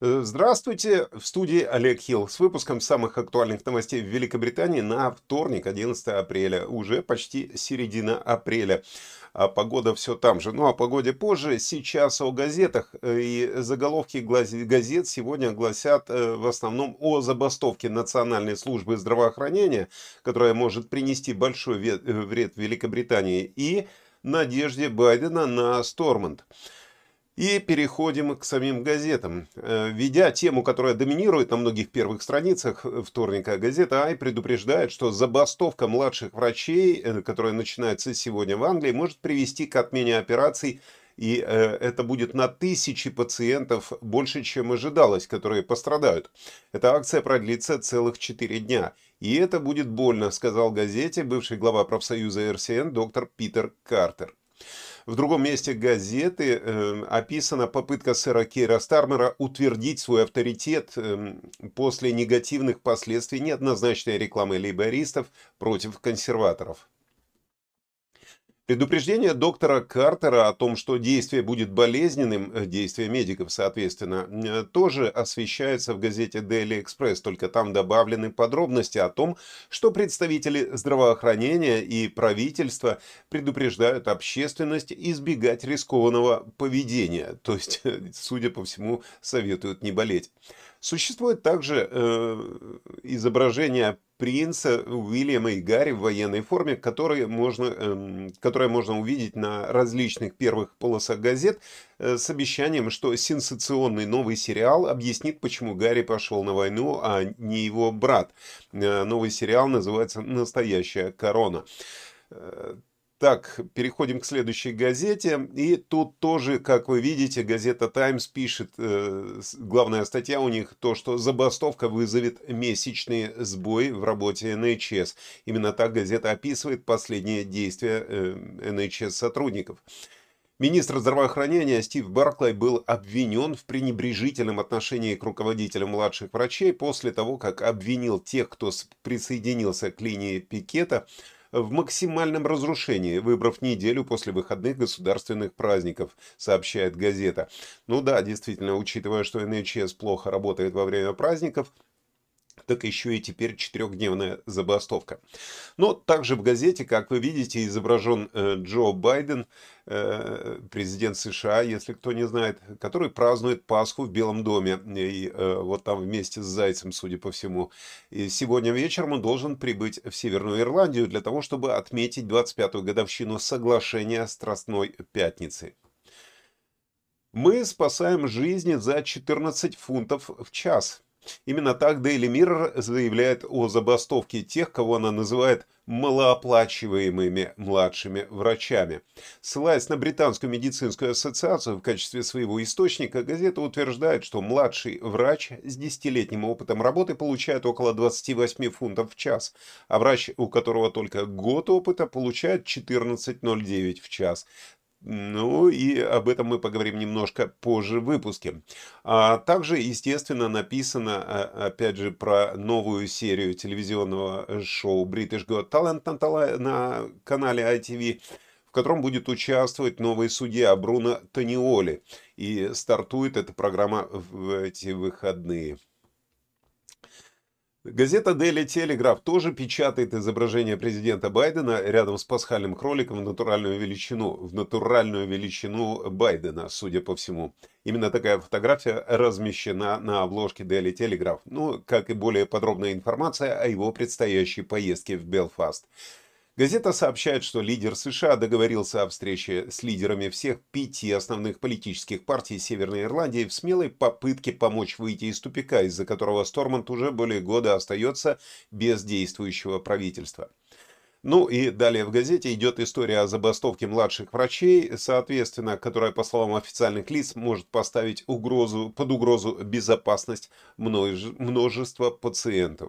Здравствуйте, в студии Олег Хилл с выпуском самых актуальных новостей в Великобритании на вторник, 11 апреля. Уже почти середина апреля. А погода все там же. Ну, о погоде позже. Сейчас о газетах. И заголовки газет сегодня гласят в основном о забастовке Национальной службы здравоохранения, которая может принести большой вред Великобритании, и надежде Байдена на Сторманд. И переходим к самим газетам. Введя тему, которая доминирует на многих первых страницах вторника, газета «Ай» предупреждает, что забастовка младших врачей, которая начинается сегодня в Англии, может привести к отмене операций, и это будет на тысячи пациентов больше, чем ожидалось, которые пострадают. Эта акция продлится целых 4 дня. И это будет больно, сказал газете бывший глава профсоюза РСН доктор Питер Картер. В другом месте газеты описана попытка сэра Кейра Стармера утвердить свой авторитет после негативных последствий неоднозначной рекламы лейбористов против консерваторов. Предупреждение доктора Картера о том, что действие будет болезненным, действие медиков, соответственно, тоже освещается в газете Daily Express, только там добавлены подробности о том, что представители здравоохранения и правительства предупреждают общественность избегать рискованного поведения, то есть, судя по всему, советуют не болеть. Существует также изображение принца Уильяма и Гарри в военной форме, которое можно увидеть на различных первых полосах газет с обещанием, что сенсационный новый сериал объяснит, почему Гарри пошел на войну, а не его брат. Новый сериал называется «Настоящая корона». Так, переходим к следующей газете. И тут тоже, как вы видите, газета «Таймс» пишет, главная статья у них, то, что забастовка вызовет месячный сбой в работе NHS. Именно так газета описывает последние действия NHS-сотрудников. Министр здравоохранения Стив Барклай был обвинен в пренебрежительном отношении к руководителям младших врачей после того, как обвинил тех, кто присоединился к линии пикета, в максимальном разрушении, выбрав неделю после выходных государственных праздников, сообщает газета. Ну да, действительно, учитывая, что NHS плохо работает во время праздников, так еще и теперь 4-дневная забастовка. Но также в газете, как вы видите, изображен Джо Байден, президент США, если кто не знает, который празднует Пасху в Белом доме. И вот там вместе с Зайцем, судя по всему. И сегодня вечером он должен прибыть в Северную Ирландию для того, чтобы отметить 25-ю годовщину соглашения Страстной Пятницы. Мы спасаем жизни за 14 фунтов в час. Именно так Daily Mirror заявляет о забастовке тех, кого она называет малооплачиваемыми младшими врачами. Ссылаясь на Британскую медицинскую ассоциацию в качестве своего источника, газета утверждает, что младший врач с 10-летним опытом работы получает около 28 фунтов в час, а врач, у которого только год опыта, получает 14,09 в час. Ну и об этом мы поговорим немножко позже в выпуске. А также, естественно, написано, опять же, про новую серию телевизионного шоу British Got Talent на канале ITV, в котором будет участвовать новый судья Бруно Тониоли. И стартует эта программа в эти выходные. Газета Daily Telegraph тоже печатает изображение президента Байдена рядом с пасхальным кроликом в натуральную величину Байдена, судя по всему. Именно такая фотография размещена на обложке Daily Telegraph, ну, как и более подробная информация о его предстоящей поездке в Белфаст. Газета сообщает, что лидер США договорился о встрече с лидерами всех 5 основных политических партий Северной Ирландии в смелой попытке помочь выйти из тупика, из-за которого Сторманд уже более года остается без действующего правительства. Ну и далее в газете идет история о забастовке младших врачей, соответственно, которая, по словам официальных лиц, может поставить под угрозу безопасность множества пациентов.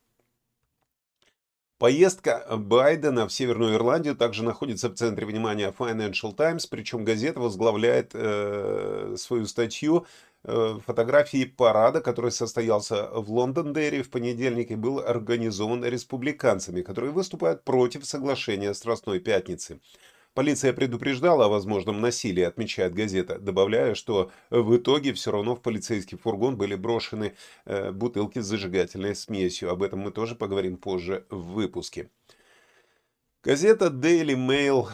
Поездка Байдена в Северную Ирландию также находится в центре внимания Financial Times, причем газета возглавляет свою статью фотографии парада, который состоялся в Лондон-Дерри в понедельник и был организован республиканцами, которые выступают против соглашения Страстной Пятницы. Полиция предупреждала о возможном насилии, отмечает газета, добавляя, что в итоге все равно в полицейский фургон были брошены бутылки с зажигательной смесью. Об этом мы тоже поговорим позже в выпуске. Газета Daily Mail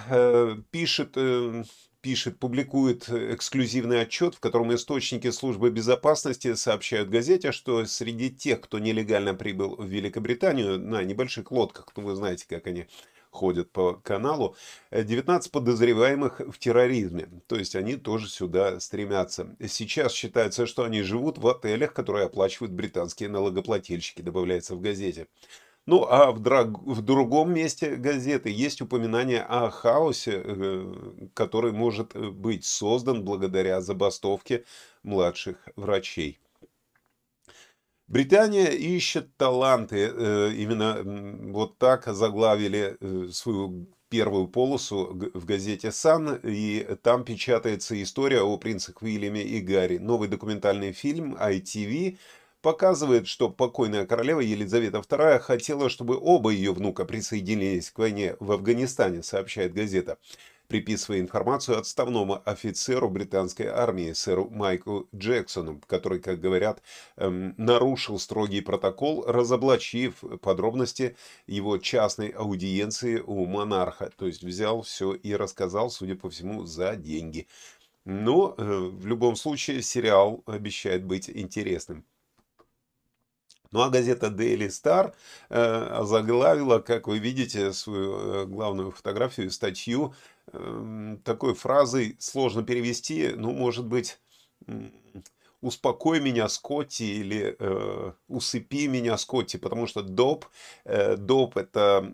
публикует эксклюзивный отчет, в котором источники службы безопасности сообщают газете, что среди тех, кто нелегально прибыл в Великобританию на небольших лодках, ну вы знаете, как они ходят по каналу, 19 подозреваемых в терроризме. То есть они тоже сюда стремятся. Сейчас считается, что они живут в отелях, которые оплачивают британские налогоплательщики, добавляется в газете. Ну, а в другом месте газеты есть упоминание о хаосе, который может быть создан благодаря забастовке младших врачей. Британия ищет таланты. Именно вот так заглавили свою первую полосу в газете Sun, и там печатается история о принцах Уильяме и Гарри. Новый документальный фильм ITV показывает, что покойная королева Елизавета II хотела, чтобы оба ее внука присоединились к войне в Афганистане, сообщает газета, приписывая информацию отставному офицеру британской армии, сэру Майку Джексону, который, как говорят, нарушил строгий протокол, разоблачив подробности его частной аудиенции у монарха. То есть взял все и рассказал, судя по всему, за деньги. Но в любом случае сериал обещает быть интересным. Ну а газета Daily Star озаглавила, как вы видите, свою главную фотографию, статью такой фразой, сложно перевести, ну, может быть, «Успокой меня, Скотти» или «Усыпи меня, Скотти», потому что доп это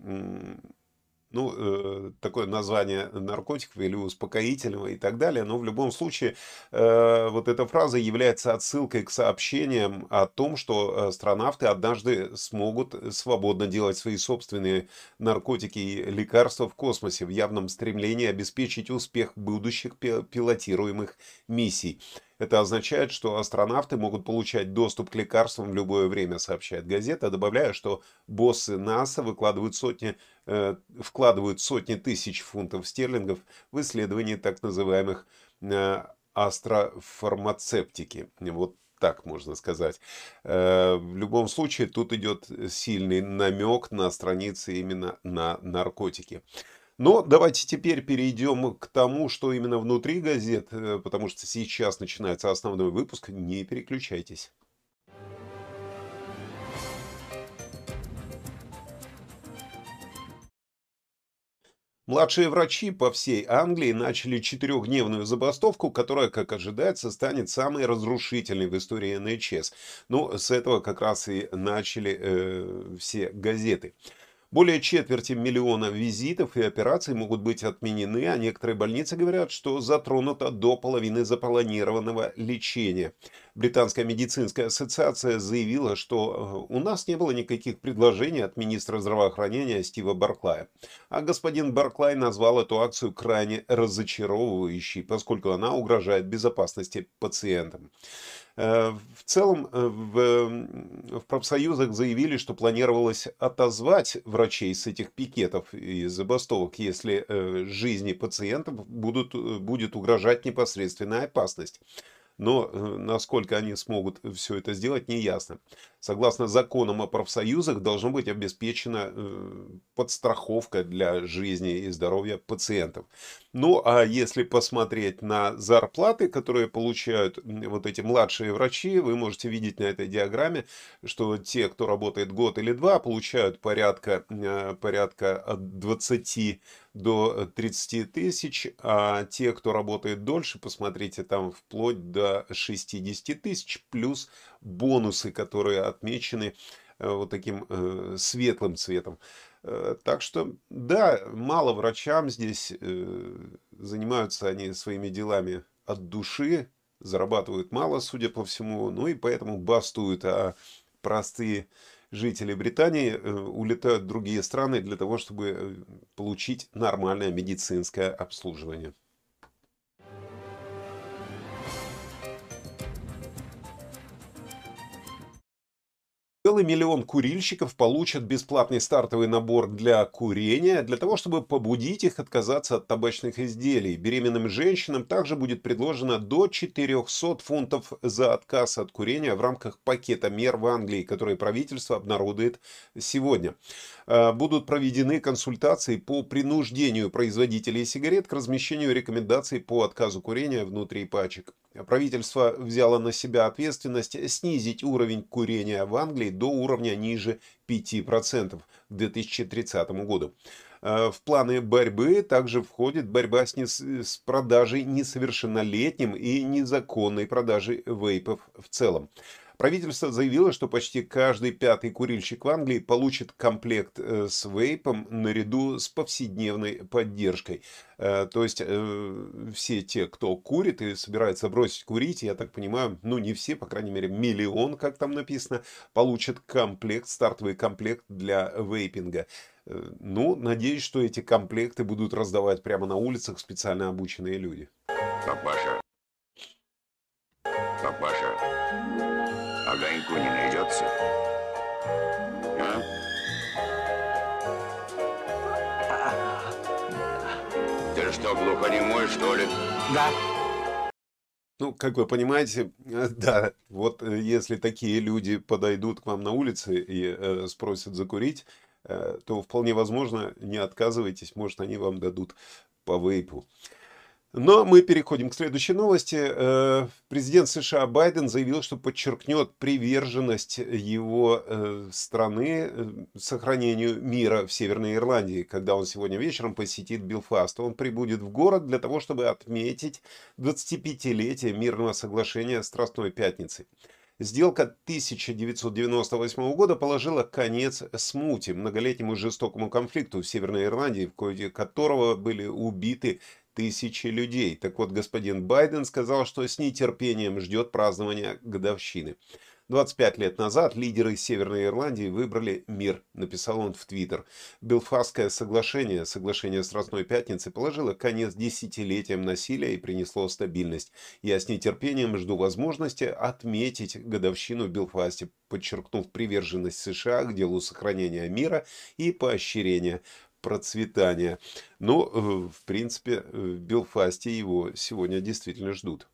такое название наркотиков или успокоительного и так далее. Но в любом случае, вот эта фраза является отсылкой к сообщениям о том, что астронавты однажды смогут свободно делать свои собственные наркотики и лекарства в космосе в явном стремлении обеспечить успех будущих пилотируемых миссий. Это означает, что астронавты могут получать доступ к лекарствам в любое время, сообщает газета, добавляя, что боссы НАСА вкладывают сотни тысяч фунтов стерлингов в исследование так называемых астрофармацевтики. Вот так можно сказать. В любом случае, тут идет сильный намек на страницы именно на наркотики. Но давайте теперь перейдем к тому, что именно внутри газет, потому что сейчас начинается основной выпуск. Не переключайтесь. Младшие врачи по всей Англии начали четырехдневную забастовку, которая, как ожидается, станет самой разрушительной в истории НХС. Ну, с этого как раз и начали все газеты. Более четверти миллиона визитов и операций могут быть отменены, а некоторые больницы говорят, что затронуто до половины запланированного лечения. Британская медицинская ассоциация заявила, что у нас не было никаких предложений от министра здравоохранения Стива Барклая. А господин Барклай назвал эту акцию крайне разочаровывающей, поскольку она угрожает безопасности пациентам. В целом в профсоюзах заявили, что планировалось отозвать врачей с этих пикетов и забастовок, если жизни пациентов будет угрожать непосредственная опасность. Но насколько они смогут все это сделать, не ясно. Согласно законам о профсоюзах, должна быть обеспечена подстраховка для жизни и здоровья пациентов. Ну, а если посмотреть на зарплаты, которые получают вот эти младшие врачи, вы можете видеть на этой диаграмме, что те, кто работает год или два, получают порядка от 20 до 30 тысяч, а те, кто работает дольше, посмотрите, там вплоть до 60 тысяч, плюс бонусы, которые отмечены вот таким светлым цветом. Так что, да, мало врачам здесь, занимаются они своими делами от души, зарабатывают мало, судя по всему, ну и поэтому бастуют, а простые жители Британии улетают в другие страны для того, чтобы получить нормальное медицинское обслуживание. целый миллион курильщиков получат бесплатный стартовый набор для курения, для того, чтобы побудить их отказаться от табачных изделий. Беременным женщинам также будет предложено до 400 фунтов за отказ от курения в рамках пакета мер в Англии, которые правительство обнародует сегодня. Будут проведены консультации по принуждению производителей сигарет к размещению рекомендаций по отказу курения внутри пачек. Правительство взяло на себя ответственность снизить уровень курения в Англии до уровня ниже 5% к 2030 году. В планы борьбы также входит борьба с продажей несовершеннолетним и незаконной продажей вейпов в целом. Правительство заявило, что почти каждый пятый курильщик в Англии получит комплект с вейпом наряду с повседневной поддержкой. То есть все те, кто курит и собирается бросить курить, я так понимаю, ну не все, по крайней мере миллион, как там написано, получат комплект, стартовый комплект для вейпинга. Ну, надеюсь, что эти комплекты будут раздавать прямо на улицах специально обученные люди. Папаша, папаша, огоньку не найдется? А? Ты что, глухонемой, что ли? Да. Ну, как вы понимаете, да, вот если такие люди подойдут к вам на улице и спросят закурить, то вполне возможно, не отказывайтесь, может, они вам дадут по вейпу. Но мы переходим к следующей новости. Президент США Байден заявил, что подчеркнет приверженность его страны сохранению мира в Северной Ирландии, когда он сегодня вечером посетит Белфаст. Он прибудет в город для того, чтобы отметить 25-летие мирного соглашения Страстной Пятницы. Сделка 1998 года положила конец смуте, многолетнему жестокому конфликту в Северной Ирландии, в ходе которого были убиты тысячи людей. Так вот, господин Байден сказал, что с нетерпением ждет празднования годовщины. 25 лет назад лидеры Северной Ирландии выбрали мир, написал он в Твиттер. Белфастское соглашение, соглашение Страстной Пятницы, положило конец десятилетиям насилия и принесло стабильность. Я с нетерпением жду возможности отметить годовщину в Белфасте, подчеркнув приверженность США к делу сохранения мира и поощрения процветания. Но, в принципе, в Белфасте его сегодня действительно ждут.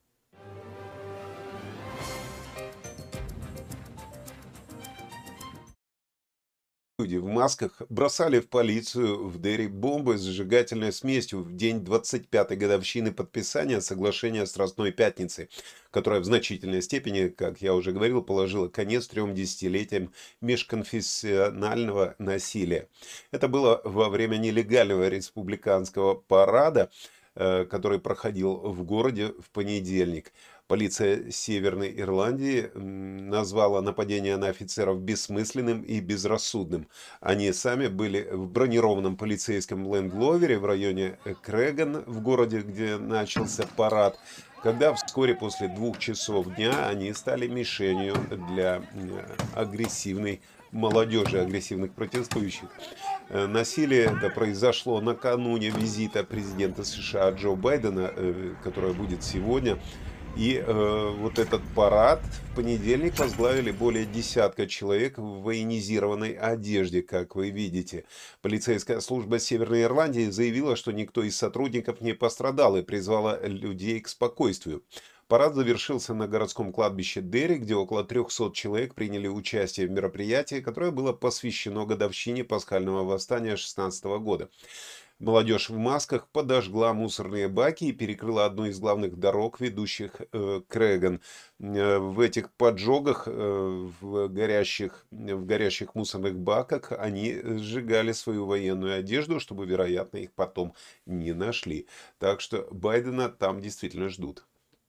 Люди в масках бросали в полицию в Дерри бомбы с зажигательной смесью в день 25-й годовщины подписания соглашения Страстной Пятницы, которое в значительной степени, как я уже говорил, положило конец 3 десятилетиям межконфессионального насилия. Это было во время нелегального республиканского парада, который проходил в городе в понедельник. Полиция Северной Ирландии назвала нападение на офицеров бессмысленным и безрассудным. Они сами были в бронированном полицейском ленд-ровере в районе Крэган, в городе, где начался парад, когда вскоре после 2 часов дня они стали мишенью для агрессивной молодежи, агрессивных протестующих. Насилие это произошло накануне визита президента США Джо Байдена, которое будет сегодня. И вот этот парад в понедельник возглавили более десятка человек в военизированной одежде, как вы видите. Полицейская служба Северной Ирландии заявила, что никто из сотрудников не пострадал и призвала людей к спокойствию. Парад завершился на городском кладбище Дерри, где около 300 человек приняли участие в мероприятии, которое было посвящено годовщине пасхального восстания 2016 года. Молодежь в масках подожгла мусорные баки и перекрыла одну из главных дорог, ведущих к Крэган. В этих поджогах, в горящих мусорных баках, они сжигали свою военную одежду, чтобы, вероятно, их потом не нашли. Так что Байдена там действительно ждут.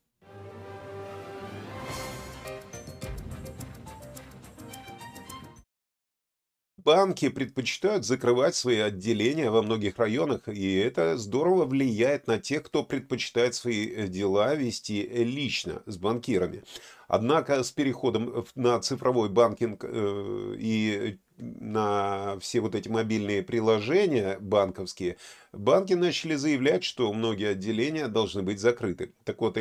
Банки предпочитают закрывать свои отделения во многих районах, и это здорово влияет на тех, кто предпочитает свои дела вести лично с банкирами. Однако с переходом на цифровой банкинг и на все вот эти мобильные приложения банковские, банки начали заявлять, что многие отделения должны быть закрыты. Так вот,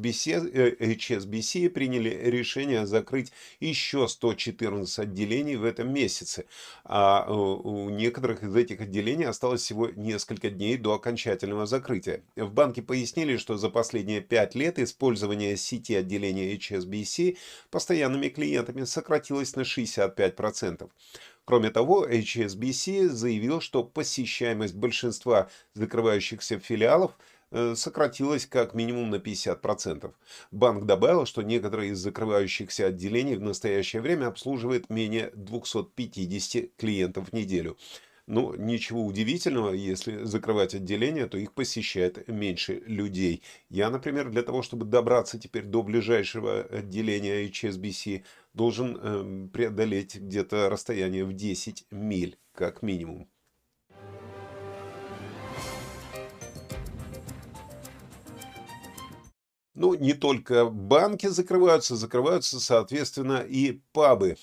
HSBC приняли решение закрыть еще 114 отделений в этом месяце, а у некоторых из этих отделений осталось всего несколько дней до окончательного закрытия. В банке пояснили, что за последние 5 лет использование сети отделения HSBC постоянными клиентами сократилось на 65%. Кроме того, HSBC заявил, что посещаемость большинства закрывающихся филиалов сократилась как минимум на 50%. Банк добавил, что некоторые из закрывающихся отделений в настоящее время обслуживают менее 250 клиентов в неделю. Ну, ничего удивительного, если закрывать отделения, то их посещает меньше людей. Я, например, для того, чтобы добраться теперь до ближайшего отделения HSBC, должен преодолеть где-то расстояние в 10 миль, как минимум. Ну, не только банки закрываются, соответственно, и пабы.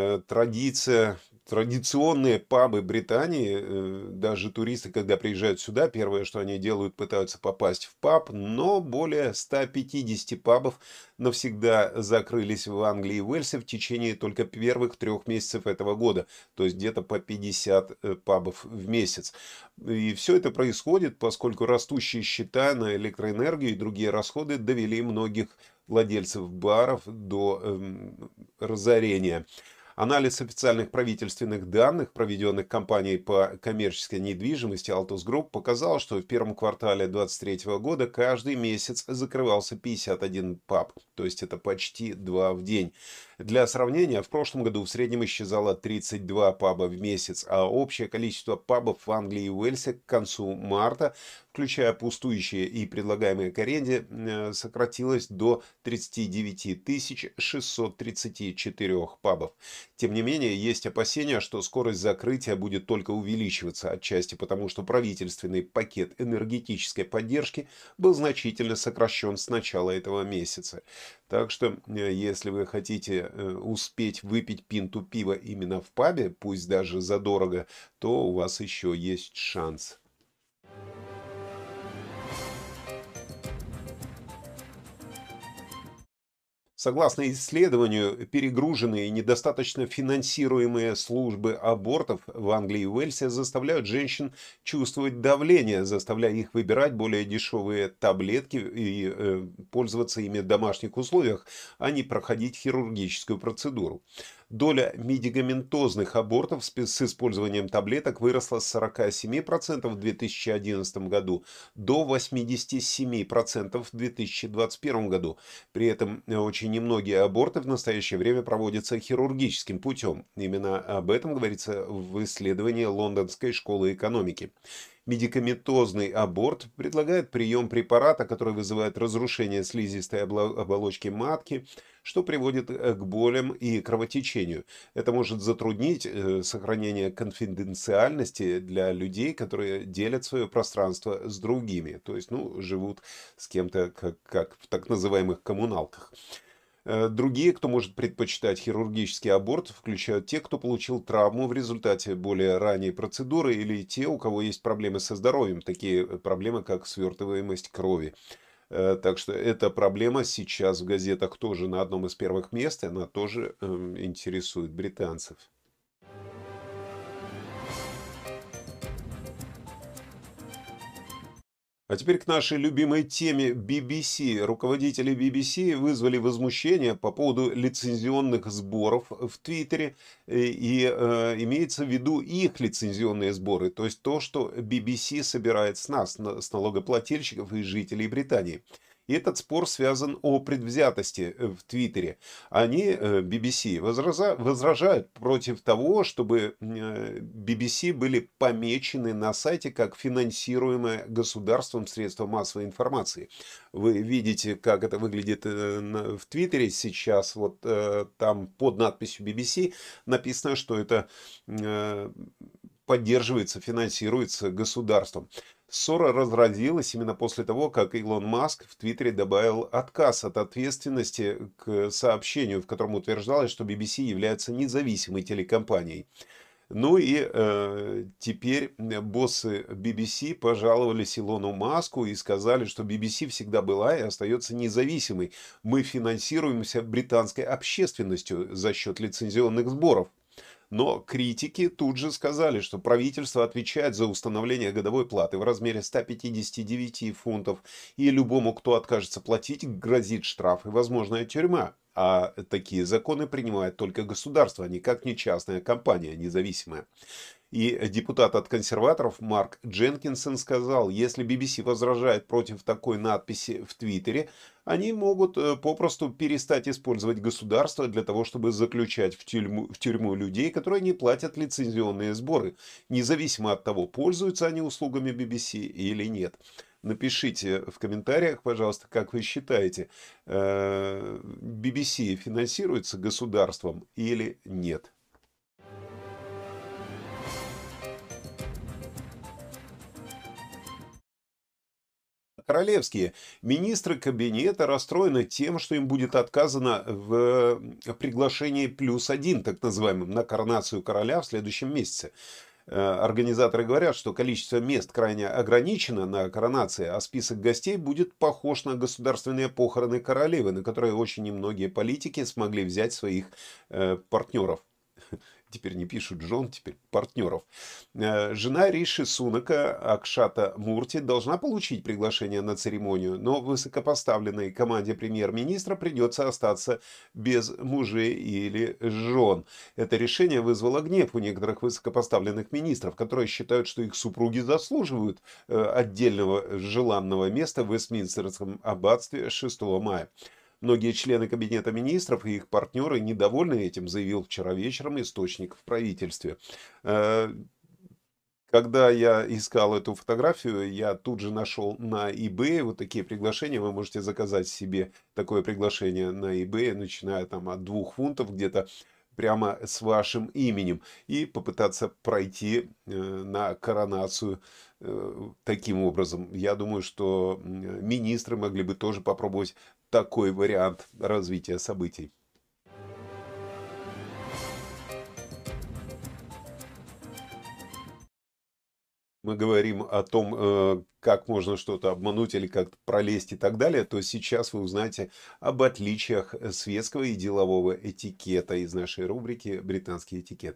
Традиционные пабы Британии, даже туристы, когда приезжают сюда, первое, что они делают, пытаются попасть в паб, но более 150 пабов навсегда закрылись в Англии и Уэльсе в течение только первых 3 месяцев этого года, то есть где-то по 50 пабов в месяц. И все это происходит, поскольку растущие счета на электроэнергию и другие расходы довели многих владельцев баров до разорения. Анализ официальных правительственных данных, проведенных компанией по коммерческой недвижимости Altus Group, показал, что в первом квартале 2023 года каждый месяц закрывался 51 паб, то есть это почти 2 в день. Для сравнения, в прошлом году в среднем исчезало 32 паба в месяц, а общее количество пабов в Англии и Уэльсе к концу марта, включая пустующие и предлагаемые к аренде, сократилось до 39 634 пабов. Тем не менее, есть опасения, что скорость закрытия будет только увеличиваться, отчасти потому, что правительственный пакет энергетической поддержки был значительно сокращен с начала этого месяца. Так что, если вы хотите успеть выпить пинту пива именно в пабе, пусть даже задорого, то у вас еще есть шанс. Согласно исследованию, перегруженные и недостаточно финансируемые службы абортов в Англии и Уэльсе заставляют женщин чувствовать давление, заставляя их выбирать более дешевые таблетки и пользоваться ими в домашних условиях, а не проходить хирургическую процедуру. Доля медикаментозных абортов с использованием таблеток выросла с 47% в 2011 году до 87% в 2021 году. При этом очень немногие аборты в настоящее время проводятся хирургическим путем. Именно об этом говорится в исследовании Лондонской школы экономики. Медикаментозный аборт предлагает прием препарата, который вызывает разрушение слизистой оболочки матки, что приводит к болям и кровотечению. Это может затруднить сохранение конфиденциальности для людей, которые делят свое пространство с другими, то есть живут с кем-то как в так называемых коммуналках. Другие, кто может предпочитать хирургический аборт, включают те, кто получил травму в результате более ранней процедуры, или те, у кого есть проблемы со здоровьем, такие проблемы, как свертываемость крови. Так что эта проблема сейчас в газетах тоже на одном из первых мест, и она тоже интересует британцев. А теперь к нашей любимой теме BBC. Руководители BBC вызвали возмущение по поводу лицензионных сборов в Твиттере. И имеется в виду их лицензионные сборы, то есть то, что BBC собирает с нас, с налогоплательщиков и жителей Британии. И этот спор связан о предвзятости в Твиттере. Они, BBC, возражают против того, чтобы BBC были помечены на сайте как финансируемое государством средство массовой информации. Вы видите, как это выглядит в Твиттере сейчас. Вот там под надписью BBC написано, что это поддерживается, финансируется государством. Ссора разразилась именно после того, как Илон Маск в Твиттере добавил отказ от ответственности к сообщению, в котором утверждалось, что BBC является независимой телекомпанией. Ну и теперь боссы BBC пожаловались Илону Маску и сказали, что BBC всегда была и остается независимой. Мы финансируемся британской общественностью за счет лицензионных сборов. Но критики тут же сказали, что правительство отвечает за установление годовой платы в размере 159 фунтов, и любому, кто откажется платить, грозит штраф и возможная тюрьма. А такие законы принимает только государство, а никак не частная компания независимая. И депутат от консерваторов Марк Дженкинсон сказал, если BBC возражает против такой надписи в Твиттере, они могут попросту перестать использовать государство для того, чтобы заключать в тюрьму людей, которые не платят лицензионные сборы, независимо от того, пользуются они услугами BBC или нет. Напишите в комментариях, пожалуйста, как вы считаете, BBC финансируется государством или нет. Королевские министры кабинета расстроены тем, что им будет отказано в приглашении +1, так называемым, на коронацию короля в следующем месяце. Организаторы говорят, что количество мест крайне ограничено на коронации, а список гостей будет похож на государственные похороны королевы, на которые очень немногие политики смогли взять своих партнеров. Теперь не пишут жен, теперь партнеров. Жена Риши Сунака, Акшата Мурти, должна получить приглашение на церемонию, но высокопоставленной команде премьер-министра придется остаться без мужей или жен. Это решение вызвало гнев у некоторых высокопоставленных министров, которые считают, что их супруги заслуживают отдельного желанного места в Вестминстерском аббатстве 6 мая. Многие члены Кабинета министров и их партнеры недовольны этим, заявил вчера вечером источник в правительстве. Когда я искал эту фотографию, я тут же нашел на eBay вот такие приглашения. Вы можете заказать себе такое приглашение на eBay, начиная там от 2 фунтов где-то, прямо с вашим именем, и попытаться пройти на коронацию таким образом. Я думаю, что министры могли бы тоже попробовать такой вариант развития событий. Мы говорим о том, как можно что-то обмануть или как пролезть и так далее, то сейчас вы узнаете об отличиях светского и делового этикета из нашей рубрики «Британский этикет».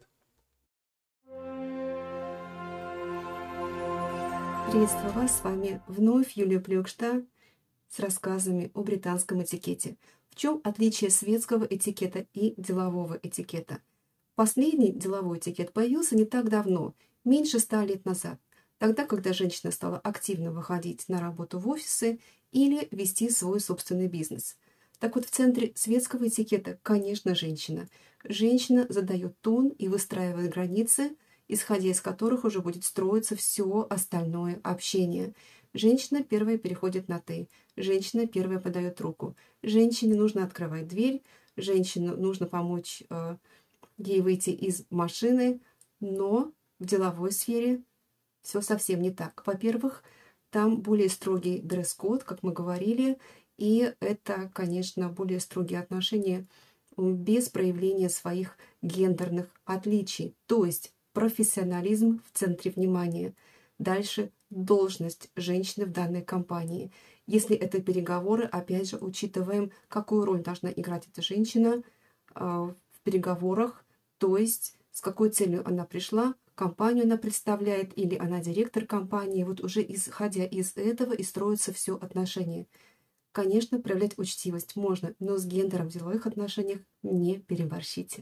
Приветствую вас, с вами вновь Юлия Плюкшта с рассказами о британском этикете. В чем отличие светского этикета и делового этикета? Последний деловой этикет появился не так давно, меньше 100 лет назад, тогда, когда женщина стала активно выходить на работу в офисы или вести свой собственный бизнес. Так вот, в центре светского этикета, конечно, женщина. Женщина задает тон и выстраивает границы, исходя из которых уже будет строиться все остальное общение. Женщина первая переходит на «ты», женщина первая подает руку, женщине нужно открывать дверь, женщине нужно помочь ей выйти из машины, но в деловой сфере все совсем не так. Во-первых, там более строгий дресс-код, как мы говорили, и это, конечно, более строгие отношения без проявления своих гендерных отличий, то есть профессионализм в центре внимания. Дальше должность женщины в данной компании. Если это переговоры, опять же, учитываем, какую роль должна играть эта женщина в переговорах, то есть с какой целью она пришла, компанию она представляет или она директор компании. Вот уже исходя из этого и строится все отношения. Конечно, проявлять учтивость можно, но с гендером в деловых отношениях не переборщите.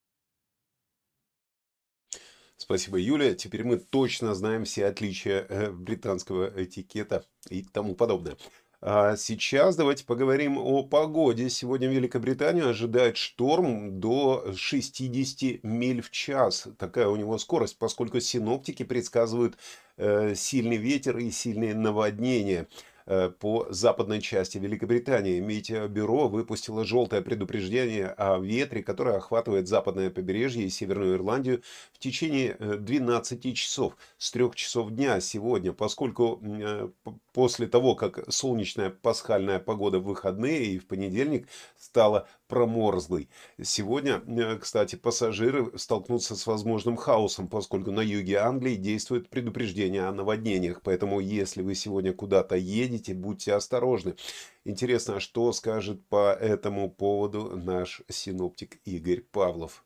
Спасибо, Юля. Теперь мы точно знаем все отличия британского этикета и тому подобное. А сейчас давайте поговорим о погоде. Сегодня в Великобританию ожидает шторм до 60 миль в час. Такая у него скорость, поскольку синоптики предсказывают сильный ветер и сильные наводнения. по западной части Великобритании. Метеобюро выпустило желтое предупреждение о ветре, которое охватывает западное побережье и Северную Ирландию в течение 12 часов с 3 часов дня сегодня, поскольку после того, как солнечная пасхальная погода в выходные и в понедельник стала проморзлой. Сегодня, кстати, пассажиры столкнутся с возможным хаосом, поскольку на юге Англии действует предупреждение о наводнениях. Поэтому, если вы сегодня куда-то едете, будьте осторожны. Интересно, а что скажет по этому поводу наш синоптик Игорь Павлов?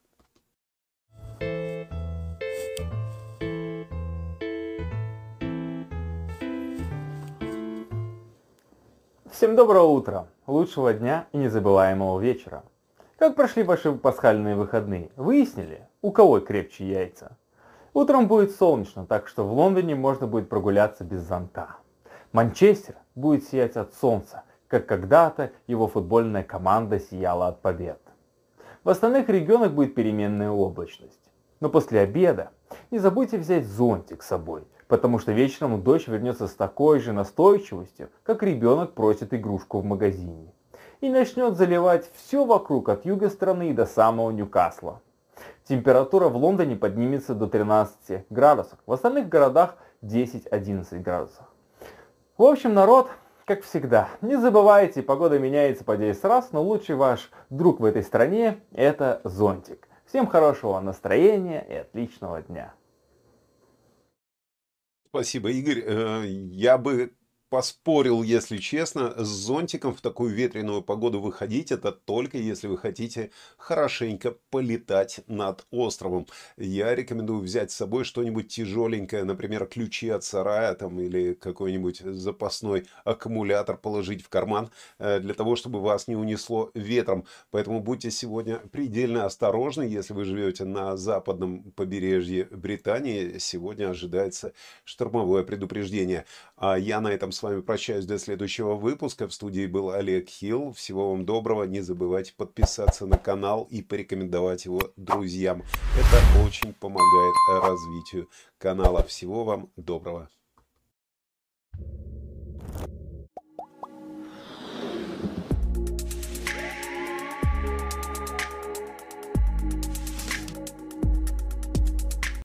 Всем доброго утра, лучшего дня и незабываемого вечера. Как прошли ваши пасхальные выходные? Выяснили, у кого крепче яйца? Утром будет солнечно, так что в Лондоне можно будет прогуляться без зонта. Манчестер будет сиять от солнца, как когда-то его футбольная команда сияла от побед. В остальных регионах будет переменная облачность. Но после обеда не забудьте взять зонтик с собой, потому что вечером дождь вернется с такой же настойчивостью, как ребенок просит игрушку в магазине. И начнет заливать все вокруг от юга страны до самого Ньюкасла. Температура в Лондоне поднимется до 13 градусов, в остальных городах 10-11 градусов. В общем, народ, как всегда, не забывайте, погода меняется по 10 раз, но лучший ваш друг в этой стране — это зонтик. Всем хорошего настроения и отличного дня. Спасибо, Игорь. Я бы поспорил, если честно, с зонтиком в такую ветреную погоду выходить. Это только если вы хотите хорошенько полетать над островом. Я рекомендую взять с собой что-нибудь тяжеленькое, например, ключи от сарая там, или какой-нибудь запасной аккумулятор положить в карман, для того, чтобы вас не унесло ветром. Поэтому будьте сегодня предельно осторожны, если вы живете на западном побережье Британии. Сегодня ожидается штормовое предупреждение. А я на этом с вами прощаюсь до следующего выпуска. В студии был Олег Хилл. Всего вам доброго. Не забывайте подписаться на канал и порекомендовать его друзьям. Это очень помогает развитию канала. Всего вам доброго.